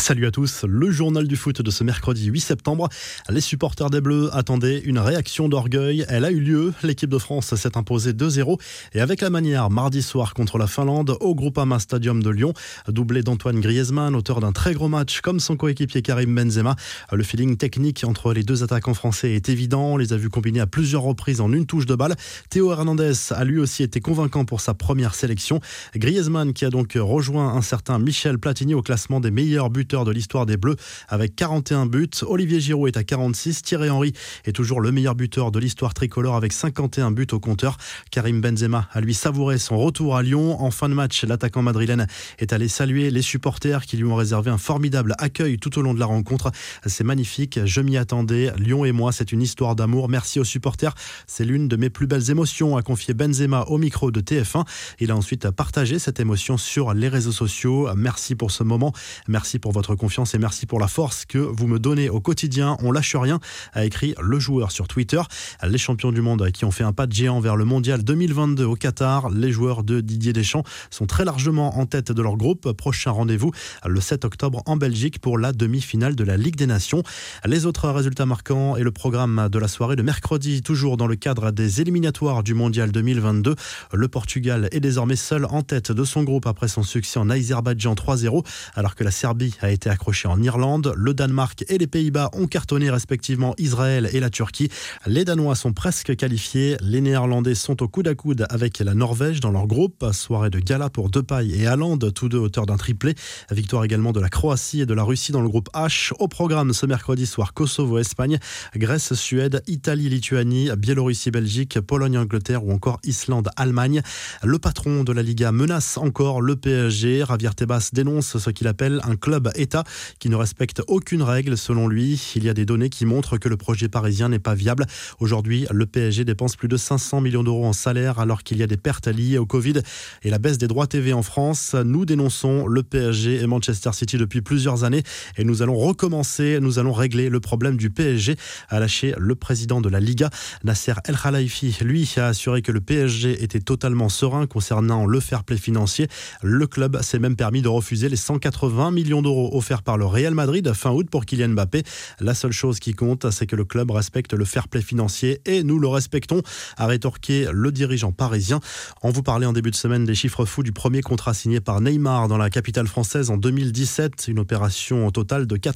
Salut à tous, le journal du foot de ce mercredi 8 septembre. Les supporters des Bleus attendaient une réaction d'orgueil. Elle a eu lieu, l'équipe de France s'est imposée 2-0 et avec la manière mardi soir contre la Finlande au Groupama Stadium de Lyon. Doublé d'Antoine Griezmann, auteur d'un très gros match comme son coéquipier Karim Benzema. Le feeling technique entre les deux attaquants français est évident. On les a vus combiner à plusieurs reprises en une touche de balle. Théo Hernandez a lui aussi été convaincant pour sa première sélection. Griezmann qui a donc rejoint un certain Michel Platini au classement des meilleurs buteurs de l'histoire des Bleus avec 41 buts. Olivier Giroud est à 46. Thierry Henry est toujours le meilleur buteur de l'histoire tricolore avec 51 buts au compteur. Karim Benzema a lui savouré son retour à Lyon. En fin de match, l'attaquant madrilène est allé saluer les supporters qui lui ont réservé un formidable accueil tout au long de la rencontre. C'est magnifique, je m'y attendais. Lyon et moi, c'est une histoire d'amour. Merci aux supporters. C'est l'une de mes plus belles émotions, a confié Benzema au micro de TF1. Il a ensuite partagé cette émotion sur les réseaux sociaux. Merci pour ce moment. Merci pour votre confiance et merci pour la force que vous me donnez au quotidien. On lâche rien, a écrit le joueur sur Twitter. Les champions du monde qui ont fait un pas de géant vers le mondial 2022 au Qatar, les joueurs de Didier Deschamps sont très largement en tête de leur groupe. Prochain rendez-vous le 7 octobre en Belgique pour la demi-finale de la Ligue des Nations. Les autres résultats marquants et le programme de la soirée de mercredi, toujours dans le cadre des éliminatoires du mondial 2022. Le Portugal est désormais seul en tête de son groupe après son succès en Azerbaïdjan 3-0, alors que la Serbie a été accroché en Irlande. Le Danemark et les Pays-Bas ont cartonné respectivement Israël et la Turquie. Les Danois sont presque qualifiés. Les Néerlandais sont au coude à coude avec la Norvège dans leur groupe. Soirée de gala pour Depay et Haaland, tous deux auteurs d'un triplé. Victoire également de la Croatie et de la Russie dans le groupe H. Au programme ce mercredi soir, Kosovo-Espagne, Grèce-Suède, Italie-Lituanie, Biélorussie-Belgique, Pologne-Angleterre ou encore Islande-Allemagne. Le patron de la Liga menace encore le PSG. Javier Tebas dénonce ce qu'il appelle un club-État qui ne respecte aucune règle. Selon lui, il y a des données qui montrent que le projet parisien n'est pas viable. Aujourd'hui, le PSG dépense plus de 500 millions d'euros en salaire alors qu'il y a des pertes liées au Covid et la baisse des droits TV en France. Nous dénonçons le PSG et Manchester City depuis plusieurs années et nous allons recommencer, nous allons régler le problème du PSG, a lâché le président de la Liga. Nasser El Khelaifi, lui, a assuré que le PSG était totalement serein concernant le fair play financier. Le club s'est même permis de refuser les 180 millions d'euros offerts par le Real Madrid fin août pour Kylian Mbappé. La seule chose qui compte, c'est que le club respecte le fair play financier et nous le respectons, a rétorqué le dirigeant parisien. On vous parlait en début de semaine des chiffres fous du premier contrat signé par Neymar dans la capitale française en 2017. Une opération au total de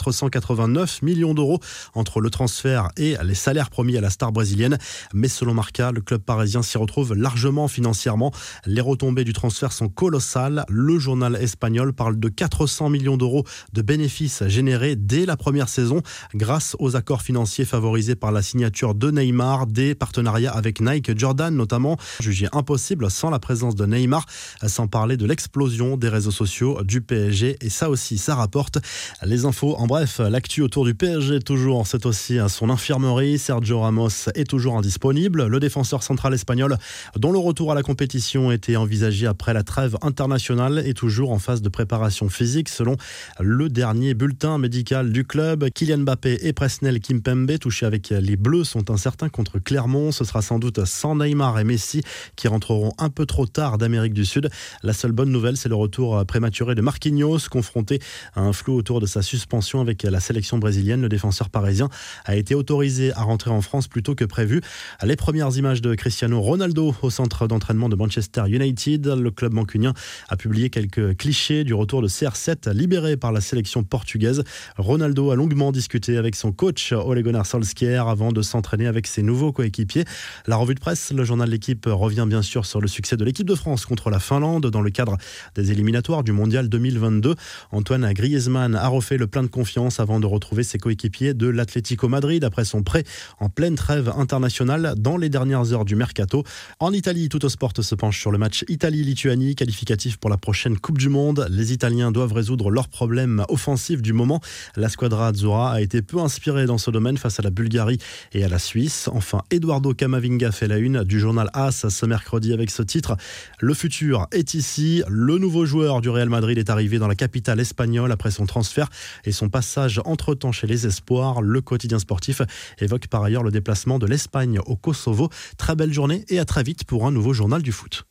489 millions d'euros entre le transfert et les salaires promis à la star brésilienne. Mais selon Marca, le club parisien s'y retrouve largement financièrement. Les retombées du transfert sont colossales. Le journal espagnol parle de 400 millions d'euros de bénéfices générés dès la première saison grâce aux accords financiers favorisés par la signature de Neymar, des partenariats avec Nike, Jordan notamment, jugés impossibles sans la présence de Neymar, sans parler de l'explosion des réseaux sociaux du PSG et ça aussi, ça rapporte. Les infos, en bref, l'actu autour du PSG toujours, c'est aussi à son infirmerie. Sergio Ramos est toujours indisponible. Le défenseur central espagnol, dont le retour à la compétition était envisagé après la trêve internationale, est toujours en phase de préparation physique selon le dernier bulletin médical du club. Kylian Mbappé et Presnel Kimpembe, touchés avec les Bleus, sont incertains contre Clermont. Ce sera sans doute sans Neymar et Messi qui rentreront un peu trop tard d'Amérique du Sud. La seule bonne nouvelle, c'est le retour prématuré de Marquinhos, confronté à un flou autour de sa suspension avec la sélection brésilienne. Le défenseur parisien a été autorisé à rentrer en France plus tôt que prévu. Les premières images de Cristiano Ronaldo au centre d'entraînement de Manchester United. Le club mancunien a publié quelques clichés du retour de CR7 libéré par la sélection portugaise. Ronaldo a longuement discuté avec son coach Ole Gunnar Solskjaer avant de s'entraîner avec ses nouveaux coéquipiers. La revue de presse, le journal de l'équipe revient bien sûr sur le succès de l'équipe de France contre la Finlande dans le cadre des éliminatoires du mondial 2022. Antoine Griezmann a refait le plein de confiance avant de retrouver ses coéquipiers de l'Atlético Madrid après son prêt en pleine trêve internationale dans les dernières heures du mercato. En Italie, Tuttosport se penche sur le match Italie-Lituanie, qualificatif pour la prochaine Coupe du Monde. Les Italiens doivent résoudre leurs problèmes offensifs du moment. La squadra Azzurra a été peu inspirée dans ce domaine face à la Bulgarie et à la Suisse. Enfin, Eduardo Camavinga fait la une du journal AS ce mercredi avec ce titre. Le futur est ici. Le nouveau joueur du Real Madrid est arrivé dans la capitale espagnole après son transfert et son passage entre-temps chez les Espoirs. Le quotidien sportif évoque par ailleurs le déplacement de l'Espagne au Kosovo. Très belle journée et à très vite pour un nouveau journal du foot.